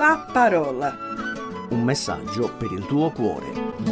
la parola. Un messaggio per il tuo cuore.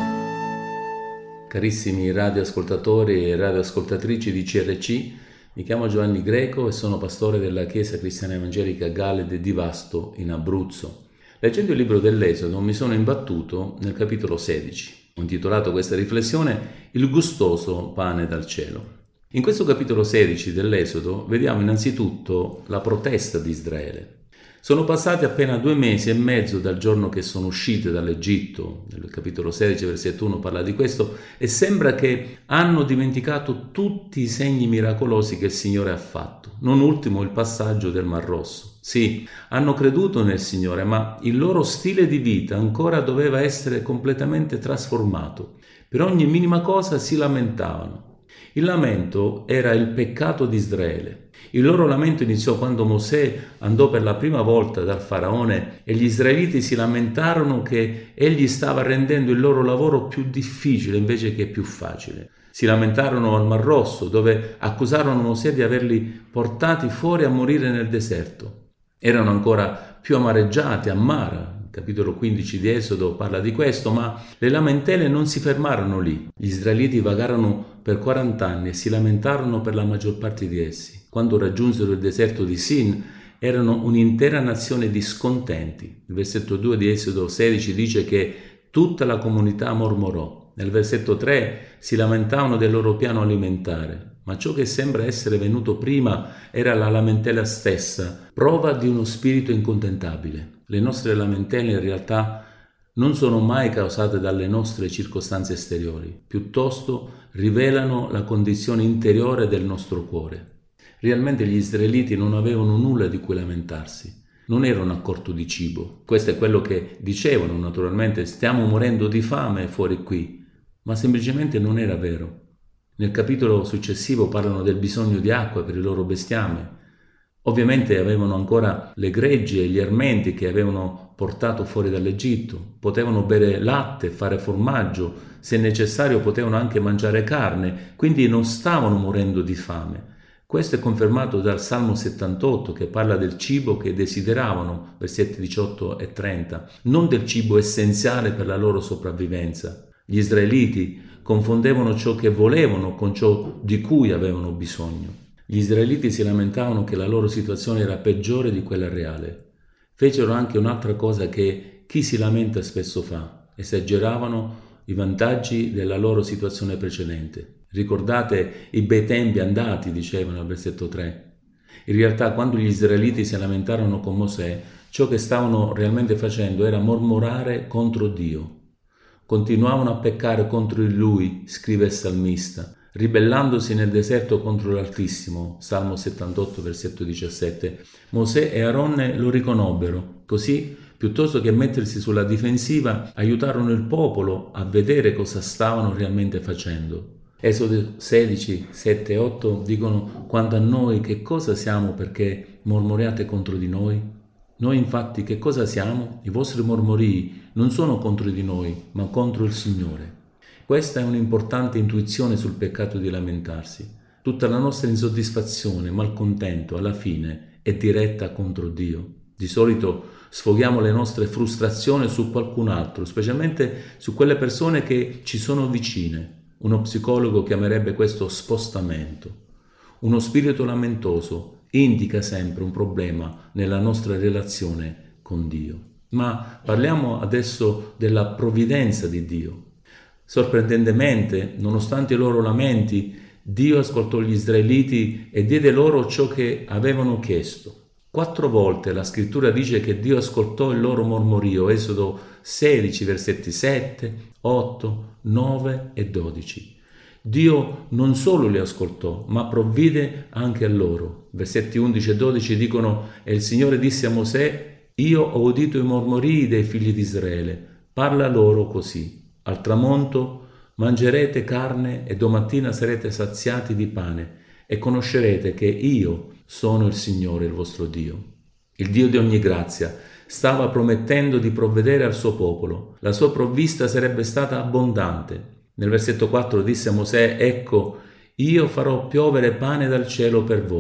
Carissimi radioascoltatori e radioascoltatrici di CRC, mi chiamo Giovanni Greco e sono pastore della Chiesa Cristiana Evangelica Galede di Vasto in Abruzzo. Leggendo il libro dell'Esodo mi sono imbattuto nel capitolo 16. Ho intitolato questa riflessione Il gustoso pane dal cielo. In questo capitolo 16 dell'Esodo vediamo innanzitutto la protesta di Israele. Sono passati appena 2 mesi e mezzo dal giorno che sono uscite dall'Egitto, nel capitolo 16, versetto 1 parla di questo, e sembra che hanno dimenticato tutti i segni miracolosi che il Signore ha fatto, non ultimo il passaggio del Mar Rosso. Sì, hanno creduto nel Signore, ma il loro stile di vita ancora doveva essere completamente trasformato. Per ogni minima cosa si lamentavano. Il lamento era il peccato di Israele. Il loro lamento iniziò quando Mosè andò per la prima volta dal faraone e gli israeliti si lamentarono che egli stava rendendo il loro lavoro più difficile invece che più facile. Si lamentarono al Mar Rosso, dove accusarono Mosè di averli portati fuori a morire nel deserto. Erano ancora più amareggiati a Mara. Il capitolo 15 di Esodo parla di questo, ma le lamentele non si fermarono lì. Gli israeliti vagarono per 40 anni e si lamentarono per la maggior parte di essi. Quando raggiunsero il deserto di Sin, erano un'intera nazione di scontenti. Il versetto 2 di Esodo 16 dice che tutta la comunità mormorò. Nel versetto 3 si lamentavano del loro piano alimentare, ma ciò che sembra essere venuto prima era la lamentela stessa, prova di uno spirito incontentabile. Le nostre lamentele in realtà non sono mai causate dalle nostre circostanze esteriori, piuttosto rivelano la condizione interiore del nostro cuore. Realmente gli israeliti non avevano nulla di cui lamentarsi, non erano a corto di cibo. Questo è quello che dicevano, naturalmente, stiamo morendo di fame fuori qui, ma semplicemente non era vero. Nel capitolo successivo parlano del bisogno di acqua per il loro bestiame. Ovviamente avevano ancora le greggi e gli ermenti che avevano portato fuori dall'Egitto, potevano bere latte, fare formaggio, se necessario potevano anche mangiare carne, quindi non stavano morendo di fame. Questo è confermato dal Salmo 78 che parla del cibo che desideravano, versetti 18 e 30, non del cibo essenziale per la loro sopravvivenza. Gli israeliti confondevano ciò che volevano con ciò di cui avevano bisogno. Gli israeliti si lamentavano che la loro situazione era peggiore di quella reale. Fecero anche un'altra cosa che chi si lamenta spesso fa: esageravano i vantaggi della loro situazione precedente. Ricordate i bei tempi andati, dicevano al versetto 3. In realtà, quando gli israeliti si lamentarono con Mosè, ciò che stavano realmente facendo era mormorare contro Dio. Continuavano a peccare contro di Lui, scrive il salmista, ribellandosi nel deserto contro l'Altissimo, Salmo 78, versetto 17. Mosè e Aronne lo riconobbero, così, piuttosto che mettersi sulla difensiva, aiutarono il popolo a vedere cosa stavano realmente facendo. Esodo 16, 7 e 8 dicono: quanto a noi, che cosa siamo perché mormoriate contro di noi? Noi infatti che cosa siamo? I vostri mormorii non sono contro di noi, ma contro il Signore. Questa è un'importante intuizione sul peccato di lamentarsi. Tutta la nostra insoddisfazione, malcontento, alla fine è diretta contro Dio. Di solito sfoghiamo le nostre frustrazioni su qualcun altro, specialmente su quelle persone che ci sono vicine. Uno psicologo chiamerebbe questo spostamento. Uno spirito lamentoso indica sempre un problema nella nostra relazione con Dio. Ma parliamo adesso della provvidenza di Dio. Sorprendentemente, nonostante i loro lamenti, Dio ascoltò gli israeliti e diede loro ciò che avevano chiesto. 4 volte la scrittura dice che Dio ascoltò il loro mormorio, Esodo 16, versetti 7, 8, 9 e 12. Dio non solo li ascoltò, ma provvide anche a loro. Versetti 11 e 12 dicono: e il Signore disse a Mosè: io ho udito i mormorii dei figli di Israele, parla loro così: al tramonto mangerete carne e domattina sarete saziati di pane e conoscerete che io sono il Signore, il vostro Dio. Il Dio di ogni grazia stava promettendo di provvedere al suo popolo. La sua provvista sarebbe stata abbondante. Nel versetto 4 disse a Mosè: ecco, io farò piovere pane dal cielo per voi.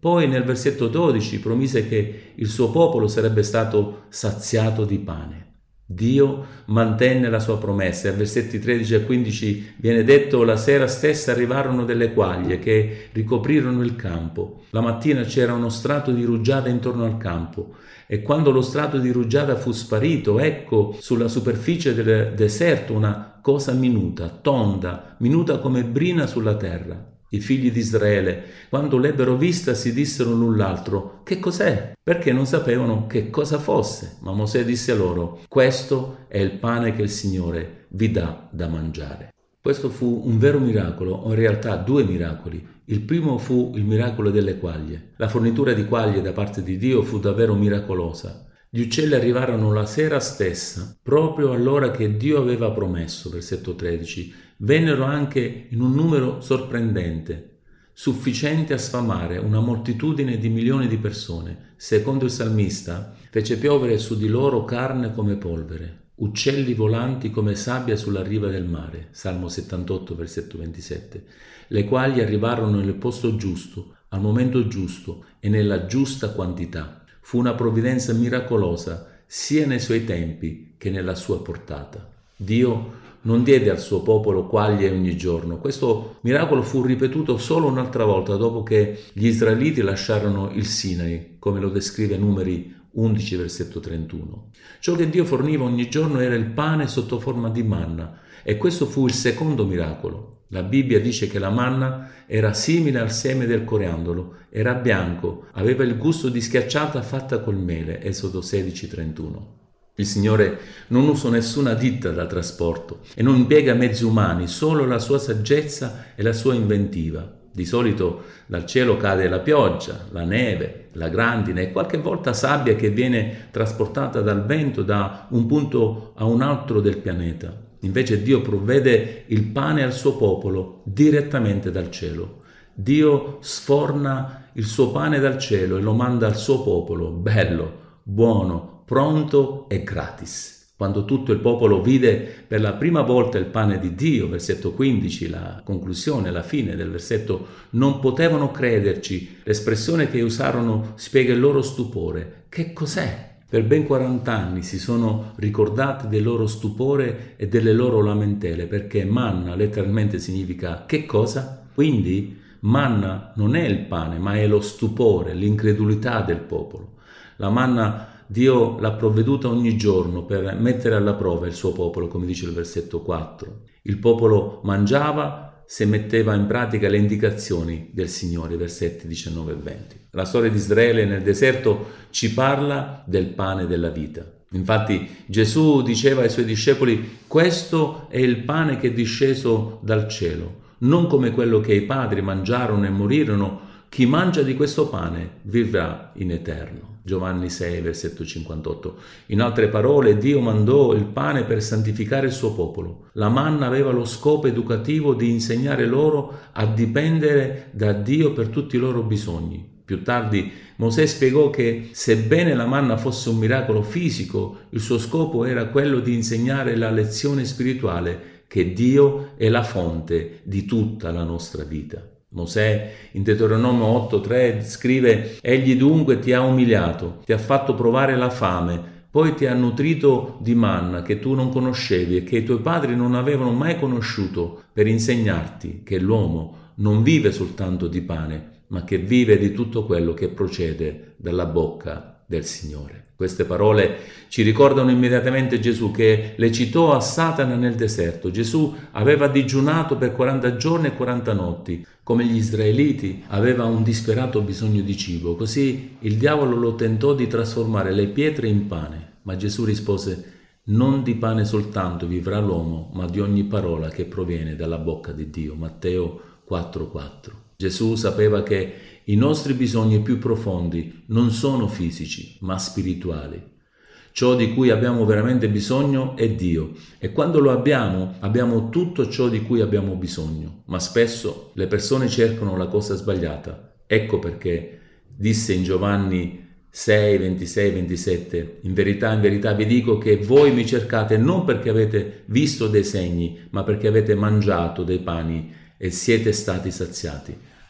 Poi nel versetto 12 promise che il suo popolo sarebbe stato saziato di pane. Dio mantenne la sua promessa. Ai versetti 13 e 15 viene detto: la sera stessa arrivarono delle quaglie che ricoprirono il campo. La mattina c'era uno strato di rugiada intorno al campo, e quando lo strato di rugiada fu sparito, ecco sulla superficie del deserto una cosa minuta, tonda, minuta come brina sulla terra. I figli di Israele, quando l'ebbero vista, si dissero l'un l'altro: che cos'è? Perché non sapevano che cosa fosse. Ma Mosè disse loro: questo è il pane che il Signore vi dà da mangiare. Questo fu un vero miracolo, o in realtà due miracoli. Il primo fu il miracolo delle quaglie. La fornitura di quaglie da parte di Dio fu davvero miracolosa. Gli uccelli arrivarono la sera stessa, proprio all'ora che Dio aveva promesso, versetto 13. Vennero anche in un numero sorprendente, sufficiente a sfamare una moltitudine di milioni di persone. Secondo il salmista, fece piovere su di loro carne come polvere, uccelli volanti come sabbia sulla riva del mare. Salmo 78, versetto 27. Le quali arrivarono nel posto giusto, al momento giusto e nella giusta quantità. Fu una provvidenza miracolosa sia nei suoi tempi che nella sua portata. Dio non diede al suo popolo quaglie ogni giorno. Questo miracolo fu ripetuto solo un'altra volta dopo che gli israeliti lasciarono il Sinai, come lo descrive Numeri 11, versetto 31. Ciò che Dio forniva ogni giorno era il pane sotto forma di manna, e questo fu il secondo miracolo. La Bibbia dice che la manna era simile al seme del coriandolo, era bianco, aveva il gusto di schiacciata fatta col mele. Esodo 16, 31. Il Signore non usa nessuna ditta da trasporto e non impiega mezzi umani, solo la sua saggezza e la sua inventiva. Di solito dal cielo cade la pioggia, la neve, la grandine e qualche volta sabbia che viene trasportata dal vento da un punto a un altro del pianeta. Invece Dio provvede il pane al suo popolo direttamente dal cielo. Dio sforna il suo pane dal cielo e lo manda al suo popolo, bello, buono, pronto e gratis. Quando tutto il popolo vide per la prima volta il pane di Dio, versetto 15, la conclusione, la fine del versetto, non potevano crederci. L'espressione che usarono spiega il loro stupore. Che cos'è? Per ben 40 anni si sono ricordati del loro stupore e delle loro lamentele, perché manna letteralmente significa che cosa? Quindi manna non è il pane, ma è lo stupore, l'incredulità del popolo. La manna Dio l'ha provveduta ogni giorno per mettere alla prova il suo popolo, come dice il versetto 4. Il popolo mangiava se metteva in pratica le indicazioni del Signore, versetti 19 e 20. La storia di Israele nel deserto ci parla del pane della vita. Infatti Gesù diceva ai suoi discepoli: questo è il pane che è disceso dal cielo, non come quello che i padri mangiarono e morirono. Chi mangia di questo pane vivrà in eterno. Giovanni 6, versetto 58. In altre parole, Dio mandò il pane per santificare il suo popolo. La manna aveva lo scopo educativo di insegnare loro a dipendere da Dio per tutti i loro bisogni. Più tardi Mosè spiegò che, sebbene la manna fosse un miracolo fisico, il suo scopo era quello di insegnare la lezione spirituale che Dio è la fonte di tutta la nostra vita. Mosè in Deuteronomio 8,3 scrive: egli dunque ti ha umiliato, ti ha fatto provare la fame, poi ti ha nutrito di manna che tu non conoscevi e che i tuoi padri non avevano mai conosciuto, per insegnarti che l'uomo non vive soltanto di pane, ma che vive di tutto quello che procede dalla bocca del Signore. Queste parole ci ricordano immediatamente Gesù, che le citò a Satana nel deserto. Gesù aveva digiunato per 40 giorni e 40 notti. Come gli israeliti aveva un disperato bisogno di cibo, così il diavolo lo tentò di trasformare le pietre in pane. Ma Gesù rispose: non di pane soltanto vivrà l'uomo, ma di ogni parola che proviene dalla bocca di Dio. Matteo 4,4. Gesù sapeva che i nostri bisogni più profondi non sono fisici, ma spirituali. Ciò di cui abbiamo veramente bisogno è Dio, e quando lo abbiamo tutto ciò di cui abbiamo bisogno. Ma spesso le persone cercano la cosa sbagliata. Ecco perché disse in Giovanni 6, 26, 27: in verità vi dico che voi mi cercate non perché avete visto dei segni, ma perché avete mangiato dei pani e siete stati saziati.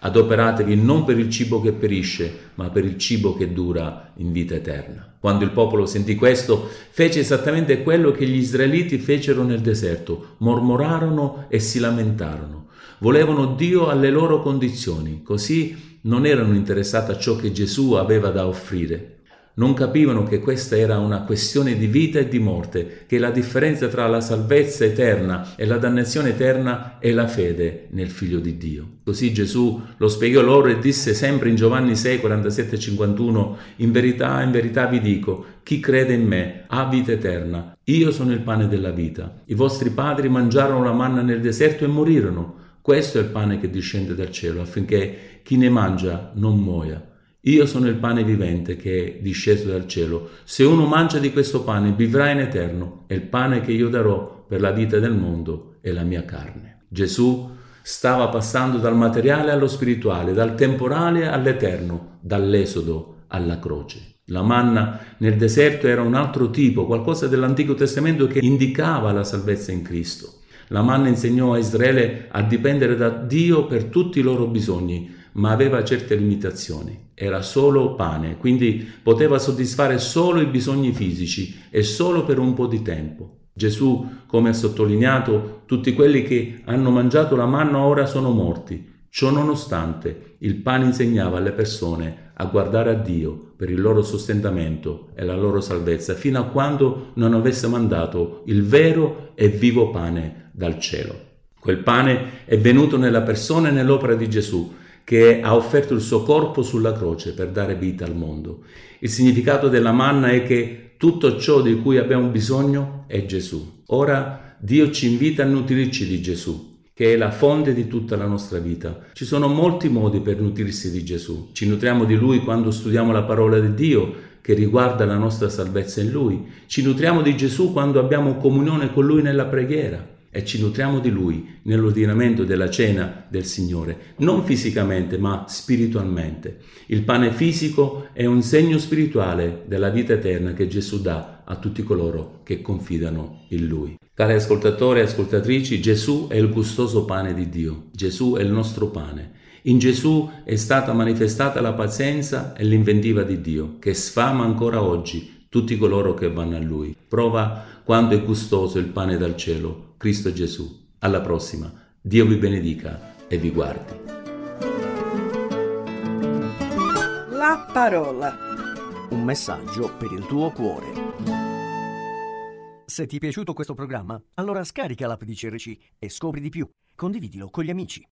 Adoperatevi non per il cibo che perisce, ma per il cibo che dura in vita eterna. Quando il popolo sentì questo, fece esattamente quello che gli israeliti fecero nel deserto: mormorarono e si lamentarono. Volevano Dio alle loro condizioni, così non erano interessati a ciò che Gesù aveva da offrire. Non capivano che questa era una questione di vita e di morte, che la differenza tra la salvezza eterna e la dannazione eterna è la fede nel Figlio di Dio. Così Gesù lo spiegò loro e disse sempre in Giovanni 6, 47 e 51: in verità vi dico, chi crede in me ha vita eterna. Io sono il pane della vita. I vostri padri mangiarono la manna nel deserto e morirono. Questo è il pane che discende dal cielo, affinché chi ne mangia non muoia. Io sono il pane vivente che è disceso dal cielo. Se uno mangia di questo pane vivrà in eterno, e il pane che io darò per la vita del mondo è la mia carne. Gesù stava passando dal materiale allo spirituale, dal temporale all'eterno, dall'esodo alla croce. La manna nel deserto era un altro tipo, qualcosa dell'Antico Testamento che indicava la salvezza in Cristo. La manna insegnò a Israele a dipendere da Dio per tutti i loro bisogni, ma aveva certe limitazioni. Era solo pane, quindi poteva soddisfare solo i bisogni fisici e solo per un po' di tempo. Gesù, come ha sottolineato, tutti quelli che hanno mangiato la manna ora sono morti. Ciò nonostante, il pane insegnava alle persone a guardare a Dio per il loro sostentamento e la loro salvezza, fino a quando non avesse mandato il vero e vivo pane dal cielo. Quel pane è venuto nella persona e nell'opera di Gesù, che ha offerto il suo corpo sulla croce per dare vita al mondo. Il significato della manna è che tutto ciò di cui abbiamo bisogno è Gesù. Ora Dio ci invita a nutrirci di Gesù, che è la fonte di tutta la nostra vita. Ci sono molti modi per nutrirsi di Gesù. Ci nutriamo di Lui quando studiamo la parola di Dio, che riguarda la nostra salvezza in Lui. Ci nutriamo di Gesù quando abbiamo comunione con Lui nella preghiera. E ci nutriamo di Lui nell'ordinamento della cena del Signore, non fisicamente ma spiritualmente. Il pane fisico è un segno spirituale della vita eterna che Gesù dà a tutti coloro che confidano in Lui. Cari ascoltatori e ascoltatrici, Gesù è il gustoso pane di Dio. Gesù è il nostro pane. In Gesù è stata manifestata la pazienza e l'inventiva di Dio, che sfama ancora oggi tutti coloro che vanno a Lui. Prova quanto è gustoso il pane dal cielo, Cristo Gesù. Alla prossima. Dio vi benedica e vi guardi. La parola. Un messaggio per il tuo cuore. Se ti è piaciuto questo programma, allora scarica l'app di CRC e scopri di più. Condividilo con gli amici.